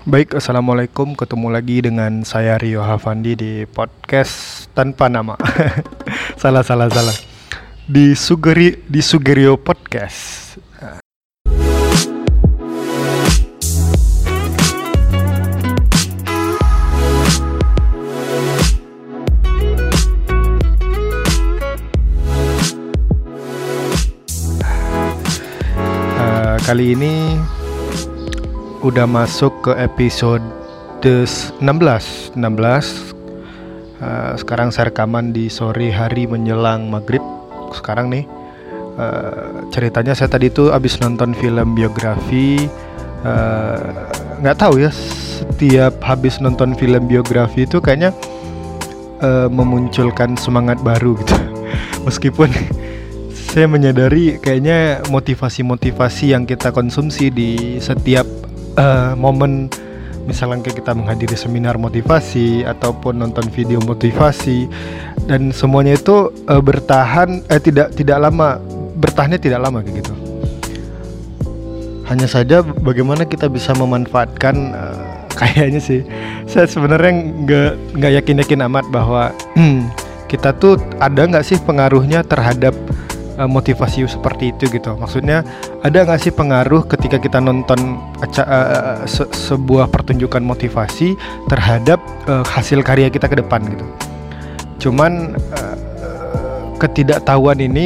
Baik, assalamualaikum. Ketemu lagi dengan saya Rio Hafandi di podcast tanpa nama. Salah. Di Sugerio Podcast. Kali ini udah masuk ke episode 16. Sekarang saya rekaman di sore hari menjelang maghrib. Sekarang nih ceritanya saya tadi tuh abis nonton film biografi. Nggak tahu ya, setiap habis nonton film biografi itu kayaknya memunculkan semangat baru gitu. Meskipun saya menyadari kayaknya motivasi-motivasi yang kita konsumsi di setiap momen, misalnya kayak kita menghadiri seminar motivasi ataupun nonton video motivasi, dan semuanya itu bertahannya tidak lama kayak gitu. Hanya saja bagaimana kita bisa memanfaatkan, kayaknya sih saya sebenarnya nggak yakin amat bahwa kita tuh ada nggak sih pengaruhnya terhadap motivasi seperti itu gitu. Maksudnya ada nggak sih pengaruh ketika kita nonton sebuah pertunjukan motivasi terhadap hasil karya kita ke depan gitu. Cuman ketidaktahuan ini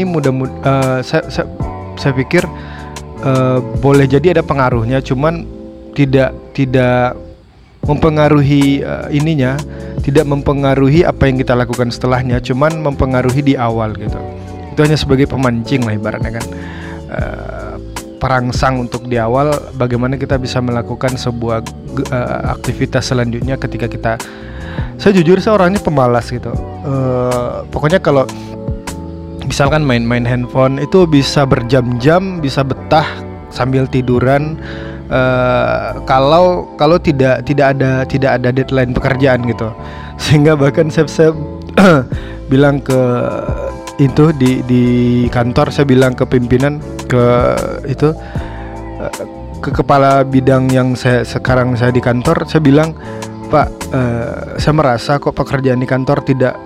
saya pikir boleh jadi ada pengaruhnya, cuman tidak mempengaruhi tidak mempengaruhi apa yang kita lakukan setelahnya, cuman mempengaruhi di awal gitu. Itu hanya sebagai pemancing lah ibaratnya kan, perangsang untuk di awal bagaimana kita bisa melakukan sebuah aktivitas selanjutnya ketika saya jujur saya orangnya pemalas gitu. Pokoknya kalau misalkan main handphone itu bisa berjam-jam, bisa betah sambil tiduran, kalau tidak ada deadline pekerjaan gitu. Sehingga bahkan saya bilang ke itu di kantor, saya bilang ke pimpinan, ke kepala bidang yang saya di kantor, saya bilang, Pak, saya merasa kok pekerjaan di kantor tidak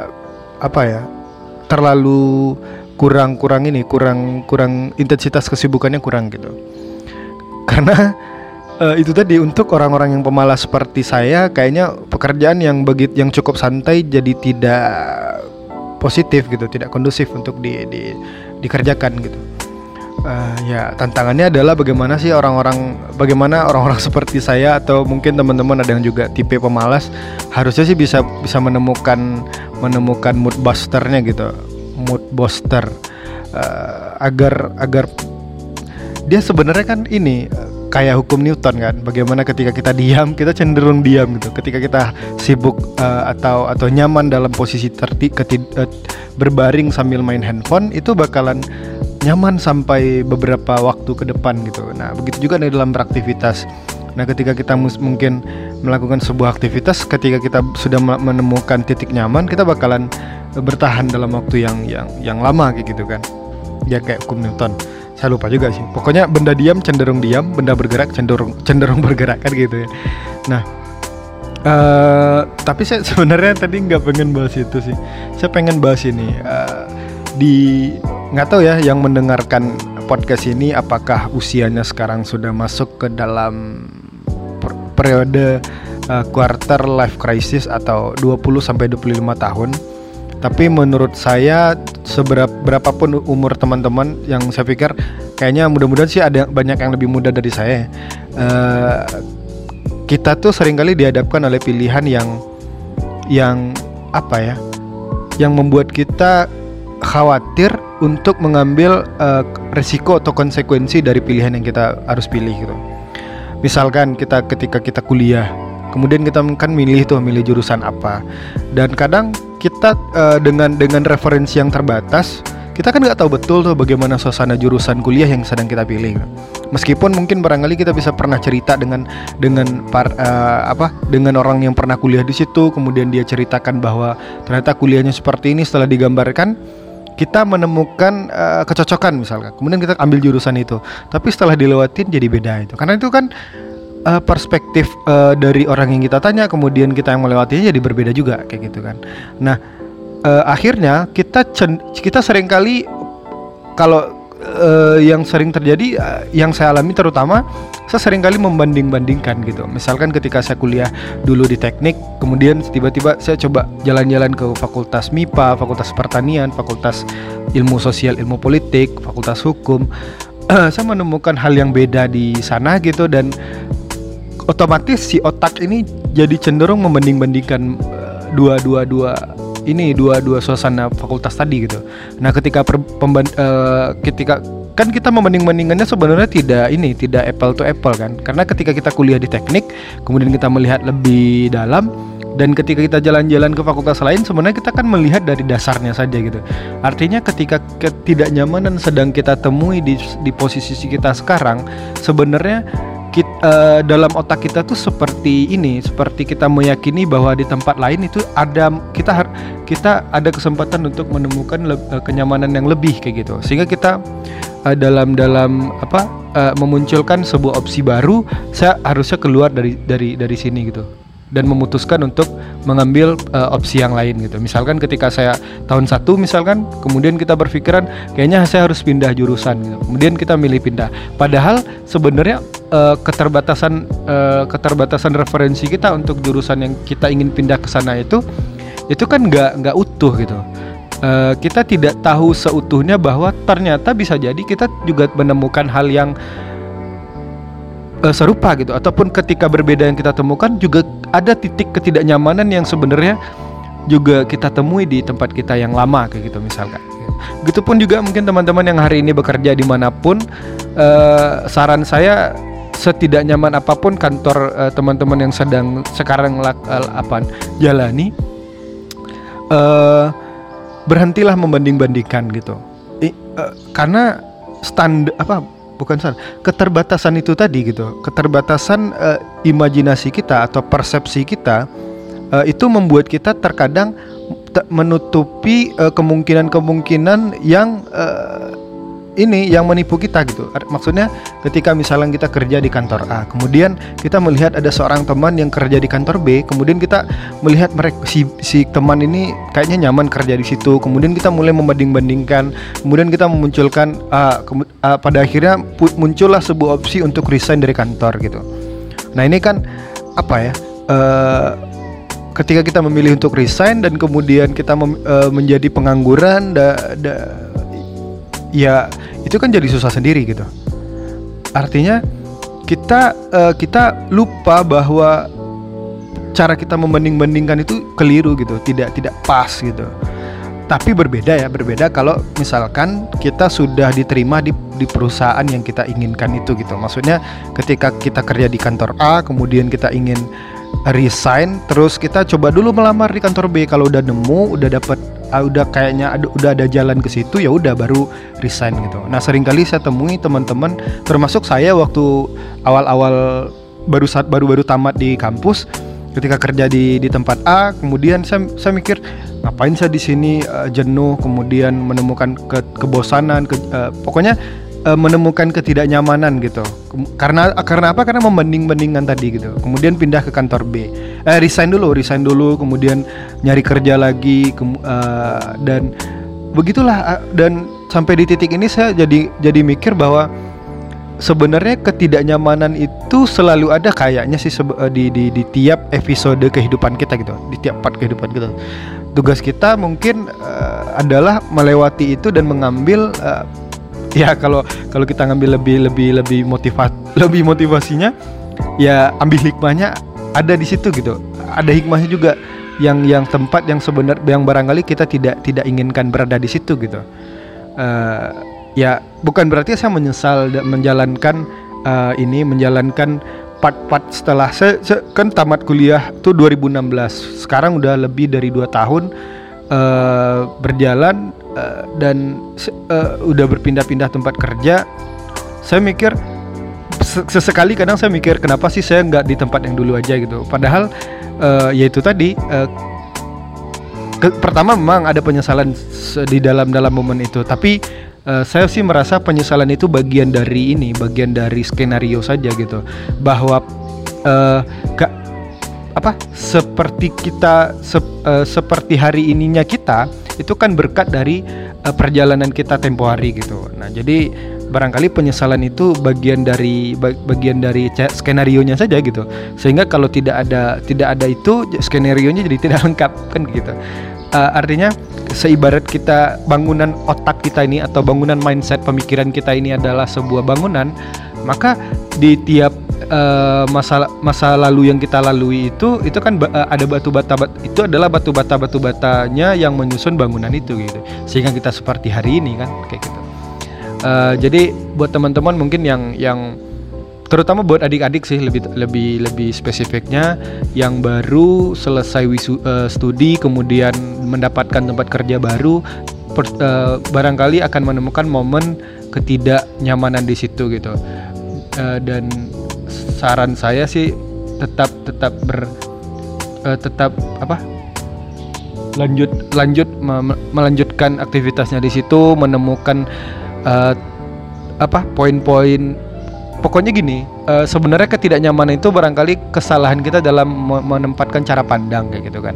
terlalu kurang intensitas kesibukannya kurang gitu. Karena itu tadi, untuk orang-orang yang pemalas seperti saya, kayaknya pekerjaan yang cukup santai jadi tidak positif gitu, tidak kondusif untuk dikerjakan gitu. Ya tantangannya adalah bagaimana orang-orang seperti saya, atau mungkin teman-teman ada yang juga tipe pemalas, harusnya sih bisa menemukan mood boosternya gitu, agar dia sebenarnya kan ini kayak hukum Newton kan, bagaimana ketika kita diam kita cenderung diam gitu, ketika kita sibuk atau nyaman dalam posisi berbaring sambil main handphone, itu bakalan nyaman sampai beberapa waktu ke depan gitu. Nah begitu juga dalam beraktivitas. Nah ketika kita mungkin melakukan sebuah aktivitas, ketika kita sudah menemukan titik nyaman, kita bakalan bertahan dalam waktu yang lama kayak gitu kan. Ya kayak hukum Newton. Saya lupa juga sih. Pokoknya benda diam cenderung diam, benda bergerak cenderung bergerak kan gitu ya. Nah, tapi saya sebenarnya tadi nggak pengen bahas itu sih. Saya pengen bahas ini. Nggak tahu ya yang mendengarkan podcast ini apakah usianya sekarang sudah masuk ke dalam periode quarter life crisis atau 20-25 tahun. Tapi menurut saya, berapapun umur teman-teman, yang saya pikir kayaknya mudah-mudahan sih ada banyak yang lebih muda dari saya. Kita tuh seringkali dihadapkan oleh pilihan yang membuat kita khawatir untuk mengambil resiko atau konsekuensi dari pilihan yang kita harus pilih gitu. Misalkan ketika kita kuliah, kemudian kita kan milih jurusan apa, dan kadang kita dengan referensi yang terbatas, kita kan nggak tahu betul tuh bagaimana suasana jurusan kuliah yang sedang kita pilih. Meskipun mungkin barangkali kita bisa pernah cerita dengan orang yang pernah kuliah di situ, kemudian dia ceritakan bahwa ternyata kuliahnya seperti ini. Setelah digambarkan, kita menemukan kecocokan misalkan, kemudian kita ambil jurusan itu, tapi setelah dilewatin jadi beda itu. Karena itu kan perspektif dari orang yang kita tanya, kemudian kita yang melewatinya jadi berbeda juga kayak gitu kan. Nah, akhirnya kita seringkali kalau yang sering terjadi, yang saya alami terutama, saya seringkali membanding-bandingkan gitu. Misalkan ketika saya kuliah dulu di teknik, kemudian tiba-tiba saya coba jalan-jalan ke fakultas MIPA, fakultas pertanian, fakultas ilmu sosial, ilmu politik, fakultas hukum. Saya menemukan hal yang beda di sana gitu, dan otomatis si otak ini jadi cenderung membanding-bandingkan dua suasana fakultas tadi gitu. Nah, ketika ketika kan kita membanding-bandingkannya sebenarnya tidak apple to apple kan. Karena ketika kita kuliah di teknik, kemudian kita melihat lebih dalam, dan ketika kita jalan-jalan ke fakultas lain, sebenarnya kita kan melihat dari dasarnya saja gitu. Artinya ketika ketidaknyamanan sedang kita temui di posisi kita sekarang, sebenarnya dalam otak kita tuh seperti kita meyakini bahwa di tempat lain itu kita ada kesempatan untuk menemukan kenyamanan yang lebih kayak gitu, sehingga kita dalam memunculkan sebuah opsi baru. Saya harusnya keluar dari sini gitu, dan memutuskan untuk mengambil opsi yang lain gitu. Misalkan ketika saya tahun 1 misalkan, kemudian kita berpikiran kayaknya saya harus pindah jurusan gitu. Kemudian kita milih pindah. Padahal sebenarnya keterbatasan referensi kita untuk jurusan yang kita ingin pindah ke sana itu kan nggak utuh gitu. Kita tidak tahu seutuhnya bahwa ternyata bisa jadi kita juga menemukan hal yang serupa gitu, ataupun ketika berbeda yang kita temukan juga ada titik ketidaknyamanan yang sebenarnya juga kita temui di tempat kita yang lama kayak gitu misalkan. Begitupun juga mungkin teman-teman yang hari ini bekerja dimanapun, saran saya, setidak nyaman apapun kantor teman-teman yang sekarang jalani, berhentilah membanding-bandingkan gitu. Karena keterbatasan itu tadi gitu, keterbatasan imajinasi kita atau persepsi kita itu membuat kita terkadang menutupi kemungkinan-kemungkinan yang yang menipu kita gitu. Maksudnya ketika misalnya kita kerja di kantor A, kemudian kita melihat ada seorang teman yang kerja di kantor B, kemudian kita melihat si teman ini kayaknya nyaman kerja di situ, kemudian kita mulai membanding-bandingkan, kemudian kita memunculkan pada akhirnya muncullah sebuah opsi untuk resign dari kantor gitu. Nah, ini kan ketika kita memilih untuk resign dan kemudian kita menjadi pengangguran, ya itu kan jadi susah sendiri gitu. Artinya kita lupa bahwa cara kita membanding-bandingkan itu keliru gitu, tidak pas gitu. Tapi berbeda kalau misalkan kita sudah diterima di perusahaan yang kita inginkan itu gitu. Maksudnya ketika kita kerja di kantor A, kemudian kita ingin resign, terus kita coba dulu melamar di kantor B. Kalau udah nemu, udah dapet, udah ada jalan ke situ, ya udah baru resign gitu. Nah, seringkali saya temui teman-teman, termasuk saya waktu awal-awal baru tamat di kampus, ketika kerja di tempat A, kemudian saya mikir, ngapain saya di sini, jenuh, kemudian menemukan kebosanan, pokoknya menemukan ketidaknyamanan gitu. Karena apa? Karena membanding-bandingkan tadi gitu. Kemudian pindah ke kantor B, resign dulu, kemudian nyari kerja lagi, dan begitulah. Dan sampai di titik ini saya jadi mikir bahwa sebenarnya ketidaknyamanan itu selalu ada kayaknya sih di tiap episode kehidupan kita gitu, di tiap part kehidupan kita. Tugas kita mungkin adalah melewati itu dan mengambil ya kalau kita ngambil lebih motivasinya, ya ambil hikmahnya ada di situ gitu. Ada hikmahnya juga yang tempat yang barangkali kita tidak inginkan berada di situ gitu. Ya bukan berarti saya menyesal menjalankan part-part setelah saya kan tamat kuliah tuh 2016. Sekarang udah lebih dari 2 tahun berjalan, dan udah berpindah-pindah tempat kerja. Saya mikir sesekali kadang saya mikir, kenapa sih saya nggak di tempat yang dulu aja gitu. Padahal yaitu tadi, pertama memang ada penyesalan di dalam momen itu, tapi saya sih merasa penyesalan itu bagian dari skenario saja gitu, bahwa gak apa seperti kita seperti hari ininya kita itu kan berkat dari perjalanan kita tempo hari gitu. Nah, jadi barangkali penyesalan itu bagian dari skenarionya saja gitu. Sehingga kalau tidak ada itu skenarionya jadi tidak lengkap kan gitu. Artinya seibarat kita bangunan otak kita ini atau bangunan mindset pemikiran kita ini adalah sebuah bangunan, maka di tiap masa lalu yang kita lalui itu kan ada batu batanya yang menyusun bangunan itu gitu, sehingga kita seperti hari ini kan kayak gitu. Jadi buat teman-teman mungkin yang terutama buat adik-adik sih lebih spesifiknya yang baru selesai studi kemudian mendapatkan tempat kerja baru, barangkali akan menemukan momen ketidaknyamanan di situ gitu. Dan saran saya sih tetap melanjutkan aktivitasnya di situ, menemukan poin-poin. Pokoknya gini, sebenarnya ketidaknyamanan itu barangkali kesalahan kita dalam menempatkan cara pandang kayak gitu kan.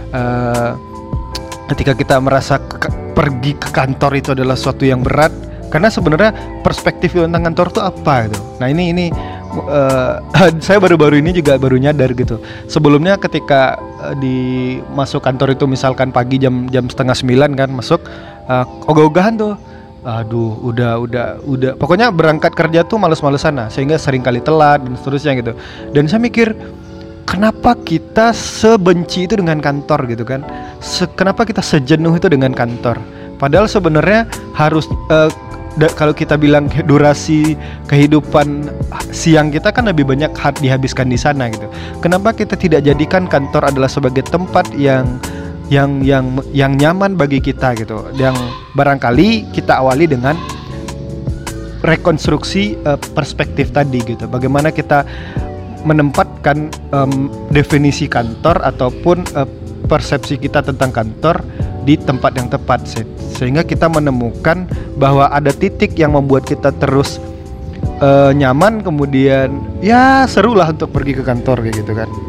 Ketika kita merasa pergi ke kantor itu adalah sesuatu yang berat, karena sebenarnya perspektif tentang kantor itu apa gitu. Nah ini saya baru-baru ini juga baru nyadar gitu. Sebelumnya ketika di masuk kantor itu misalkan pagi jam 8:30 kan masuk, ogah-ogahan tuh. Aduh, udah pokoknya berangkat kerja tuh males-malesan lah, sehingga sering kali telat dan seterusnya gitu. Dan saya mikir, kenapa kita sebenci itu dengan kantor gitu kan? Kenapa kita sejenuh itu dengan kantor? Padahal sebenarnya harus kalau kita bilang durasi kehidupan siang kita kan lebih banyak dihabiskan di sana gitu. Kenapa kita tidak jadikan kantor adalah sebagai tempat yang nyaman bagi kita gitu, yang barangkali kita awali dengan rekonstruksi perspektif tadi gitu. Bagaimana kita menempatkan definisi kantor ataupun persepsi kita tentang kantor di tempat yang tepat, sehingga kita menemukan bahwa ada titik yang membuat kita terus nyaman, kemudian ya seru lah untuk pergi ke kantor kayak gitu kan.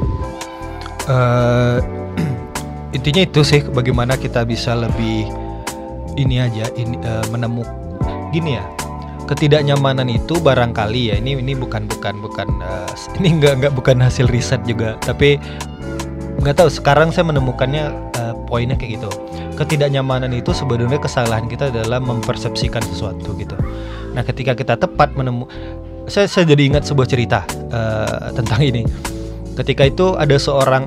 Intinya itu sih, bagaimana kita bisa lebih menemukan gini ya, ketidaknyamanan itu barangkali ya ini bukan ini bukan hasil riset juga, tapi nggak tahu, sekarang saya menemukannya poinnya kayak gitu. Ketidaknyamanan itu sebenarnya kesalahan kita dalam mempersepsikan sesuatu gitu. Nah, ketika kita tepat saya jadi ingat sebuah cerita tentang ini. Ketika itu ada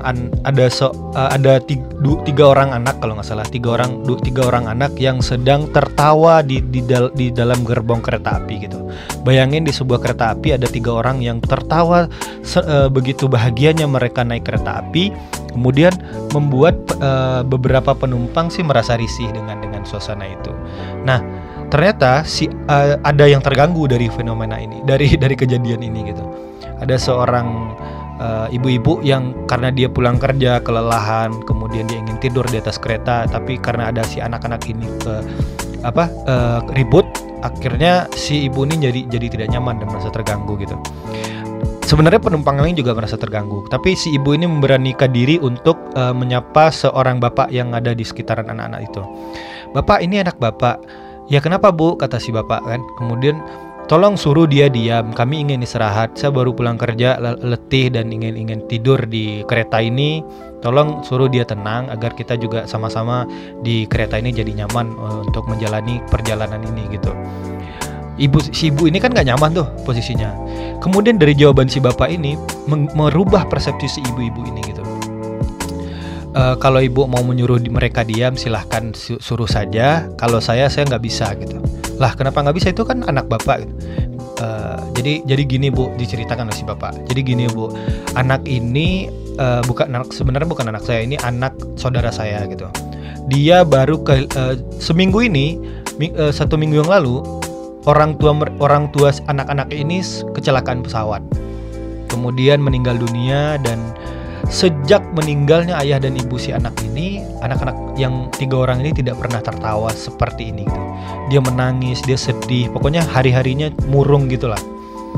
tiga orang anak, kalau nggak salah tiga orang anak yang sedang tertawa di dalam gerbong kereta api gitu. Bayangin di sebuah kereta api ada 3 orang yang tertawa begitu bahagianya mereka naik kereta api, kemudian membuat beberapa penumpang sih merasa risih dengan suasana itu. Nah, ternyata ada yang terganggu dari fenomena ini, dari kejadian ini gitu. Ada seorang ibu-ibu yang karena dia pulang kerja kelelahan, kemudian dia ingin tidur di atas kereta, tapi karena ada si anak-anak ini ribut, akhirnya si ibu ini jadi tidak nyaman dan merasa terganggu gitu. Sebenarnya penumpang lain juga merasa terganggu, tapi si ibu ini memberanikan diri untuk menyapa seorang bapak yang ada di sekitaran anak-anak itu. "Bapak, ini anak bapak." "Ya, kenapa Bu?" kata si bapak kan. Kemudian, "Tolong suruh dia diam, kami ingin istirahat. Saya baru pulang kerja letih dan ingin tidur di kereta ini. Tolong suruh dia tenang agar kita juga sama-sama di kereta ini jadi nyaman untuk menjalani perjalanan ini gitu." Si ibu ini kan gak nyaman tuh posisinya. Kemudian dari jawaban si bapak ini merubah persepsi si ibu-ibu ini gitu. Kalau ibu mau menyuruh mereka diam, silahkan suruh saja. Kalau saya nggak bisa gitu. Lah, kenapa nggak bisa? Itu kan anak bapak gitu. Jadi gini Bu, diceritakan oleh si bapak. Jadi gini Bu, anak ini sebenarnya bukan anak saya, ini anak saudara saya gitu. Dia baru seminggu ini, 1 minggu yang lalu, orang tua anak-anak ini kecelakaan pesawat, kemudian meninggal dunia. Dan sejak meninggalnya ayah dan ibu si anak ini, anak-anak yang 3 orang ini tidak pernah tertawa seperti ini gitu. Dia menangis, dia sedih, pokoknya hari-harinya murung gitulah.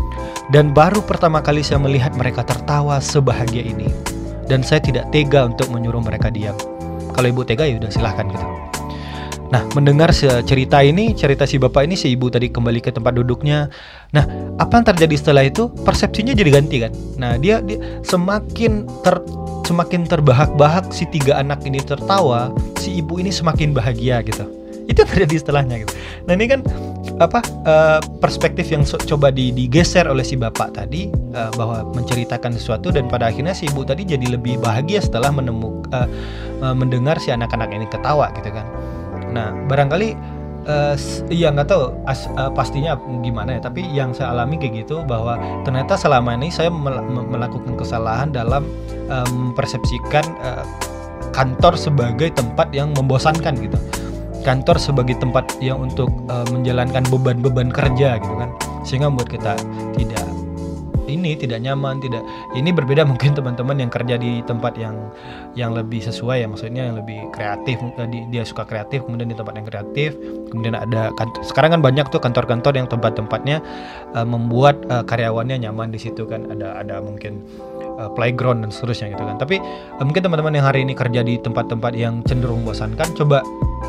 Dan baru pertama kali saya melihat mereka tertawa sebahagia ini. Dan saya tidak tega untuk menyuruh mereka diam. Kalau ibu tega ya udah silahkan gitu. Nah, mendengar cerita si bapak ini, si ibu tadi kembali ke tempat duduknya. Nah, apa yang terjadi setelah itu? Persepsinya jadi ganti kan. Nah, dia semakin terbahak-bahak si 3 anak ini tertawa, si ibu ini semakin bahagia gitu. Itu terjadi setelahnya gitu. Nah, ini kan perspektif yang coba digeser oleh si bapak tadi, bahwa menceritakan sesuatu, dan pada akhirnya si ibu tadi jadi lebih bahagia setelah mendengar si anak-anak ini ketawa gitu kan. Nah, barangkali ya nggak tahu pastinya gimana ya, tapi yang saya alami kayak gitu, bahwa ternyata selama ini saya melakukan kesalahan dalam mempersepsikan kantor sebagai tempat yang membosankan gitu. Kantor sebagai tempat yang untuk menjalankan beban-beban kerja gitu kan, sehingga membuat kita tidak nyaman. Ini berbeda mungkin teman-teman yang kerja di tempat yang lebih sesuai ya, maksudnya yang lebih kreatif, dia suka kreatif, kemudian di tempat yang kreatif, kemudian ada sekarang kan banyak tuh kantor-kantor yang tempat-tempatnya membuat karyawannya nyaman di situ kan, ada mungkin playground dan seterusnya gitu kan. Tapi mungkin teman-teman yang hari ini kerja di tempat-tempat yang cenderung membosankan, coba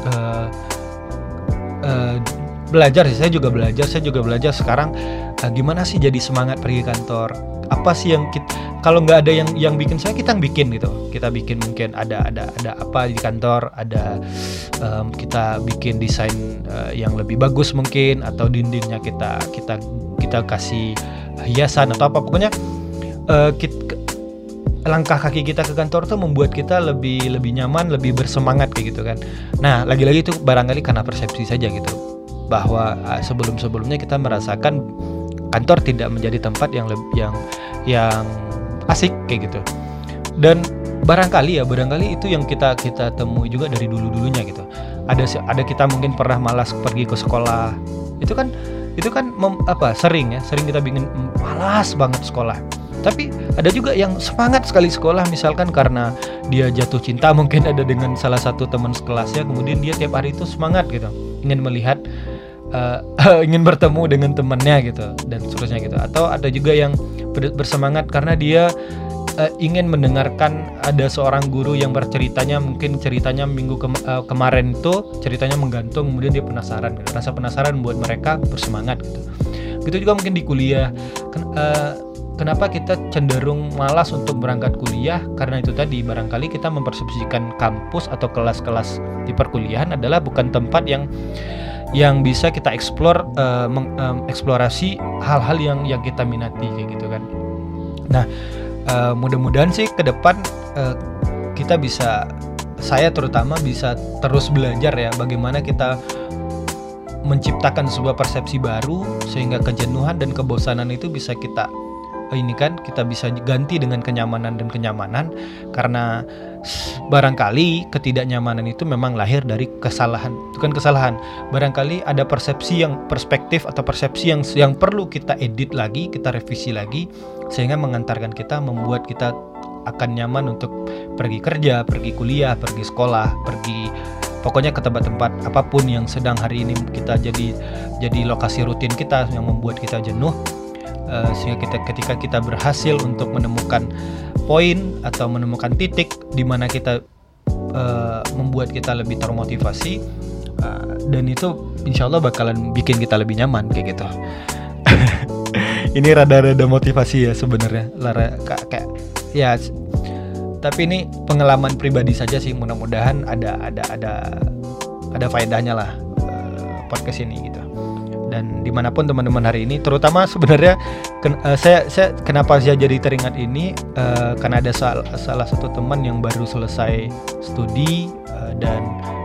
belajar sih. Saya juga belajar sekarang gimana sih jadi semangat pergi kantor. Apa sih yang kalau nggak ada yang bikin kita bikin gitu. Kita bikin, mungkin ada apa di kantor, ada kita bikin desain yang lebih bagus mungkin, atau dindingnya kita kasih hiasan atau apa, pokoknya langkah kaki kita ke kantor tuh membuat kita lebih nyaman, lebih bersemangat kayak gitu kan. Nah, lagi-lagi itu barangkali karena persepsi saja gitu, bahwa sebelum-sebelumnya kita merasakan kantor tidak menjadi tempat yang asik kayak gitu. Dan barangkali itu yang kita temui juga dari dulu-dulunya gitu. Ada kita mungkin pernah malas pergi ke sekolah. Itu kan sering kita bikin malas banget sekolah. Tapi ada juga yang semangat sekali sekolah, misalkan karena dia jatuh cinta mungkin ada dengan salah satu teman sekelasnya, kemudian dia tiap hari itu semangat gitu, ingin melihat ingin bertemu dengan temannya gitu, dan seterusnya gitu. Atau ada juga yang bersemangat karena dia ingin mendengarkan ada seorang guru yang berceritanya, mungkin ceritanya minggu kemarin itu ceritanya menggantung, kemudian dia penasaran gitu. Rasa penasaran membuat mereka bersemangat gitu. Begitu juga mungkin di kuliah. Kenapa kita cenderung malas untuk berangkat kuliah? Karena itu tadi, barangkali kita mempersepsikan kampus atau kelas-kelas di perkuliahan adalah bukan tempat yang bisa kita mengeksplorasi hal-hal yang kita minati kayak gitu kan. Nah, mudah-mudahan sih ke depan saya terutama bisa terus belajar ya, bagaimana kita menciptakan sebuah persepsi baru sehingga kejenuhan dan kebosanan itu bisa kita bisa ganti dengan kenyamanan, karena barangkali ketidaknyamanan itu memang lahir dari kesalahan. Bukan kesalahan, barangkali ada perspektif atau persepsi yang perlu kita edit lagi, kita revisi lagi, sehingga membuat kita akan nyaman untuk pergi kerja, pergi kuliah, pergi sekolah, pokoknya ke tempat-tempat apapun yang sedang hari ini kita jadi lokasi rutin kita yang membuat kita jenuh. Sehingga ketika kita berhasil untuk menemukan poin atau menemukan titik di mana kita membuat kita lebih termotivasi, dan itu insya Allah bakalan bikin kita lebih nyaman kayak gitu. Ini rada-rada motivasi ya sebenarnya, kayak ya. Tapi ini pengalaman pribadi saja sih, mudah-mudahan ada faedahnya lah podcast ini gitu. Dan dimanapun teman-teman hari ini, terutama sebenarnya saya kenapa saya jadi teringat ini, karena ada salah satu teman yang baru selesai studi dan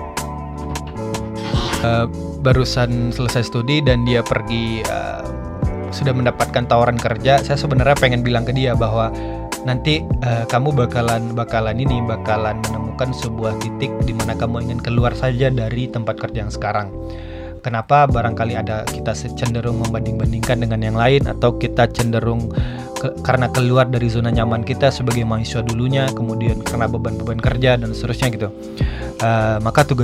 barusan selesai studi dan dia pergi sudah mendapatkan tawaran kerja. Saya sebenarnya pengen bilang ke dia bahwa nanti kamu bakalan menemukan sebuah titik di mana kamu ingin keluar saja dari tempat kerja yang sekarang. Kenapa barangkali kita cenderung membanding-bandingkan dengan yang lain, atau kita cenderung karena keluar dari zona nyaman kita sebagai mahasiswa dulunya, kemudian karena beban-beban kerja dan seterusnya gitu. Maka tugas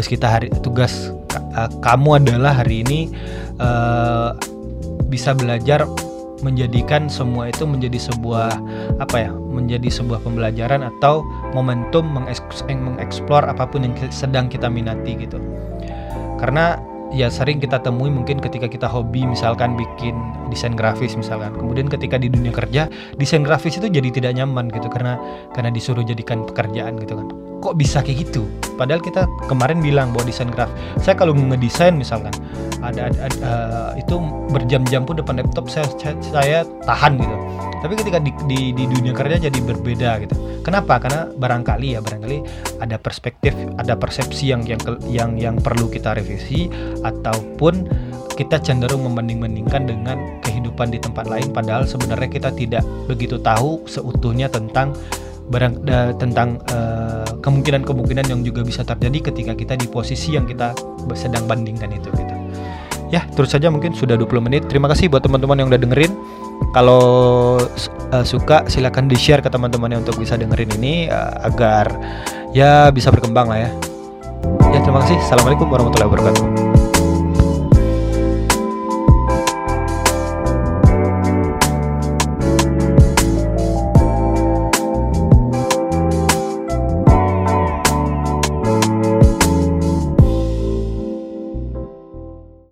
kamu adalah hari ini bisa belajar menjadikan semua itu menjadi sebuah menjadi sebuah pembelajaran atau momentum mengeksplor apapun yang sedang kita minati gitu. Karena ya sering kita temui mungkin ketika kita hobi misalkan bikin desain grafis misalkan, kemudian ketika di dunia kerja desain grafis itu jadi tidak nyaman gitu karena disuruh jadikan pekerjaan gitu kan. Kok bisa kayak gitu? Padahal kita kemarin bilang bahwa desain grafis, saya kalau ngedesain misalkan ada itu berjam-jam pun depan laptop saya tahan gitu. Tapi ketika di dunia kerja jadi berbeda gitu. Kenapa? Karena barangkali ada perspektif, ada persepsi yang perlu kita revisi, ataupun kita cenderung membanding-bandingkan dengan kehidupan di tempat lain, padahal sebenarnya kita tidak begitu tahu seutuhnya tentang kemungkinan-kemungkinan yang juga bisa terjadi ketika kita di posisi yang kita sedang bandingkan itu gitu. Ya, terus saja mungkin sudah 20 menit. Terima kasih buat teman-teman yang udah dengerin. Kalau suka silakan di-share ke teman-temannya untuk bisa dengerin ini agar ya bisa berkembang lah ya. Ya, terima kasih. Assalamualaikum warahmatullahi wabarakatuh.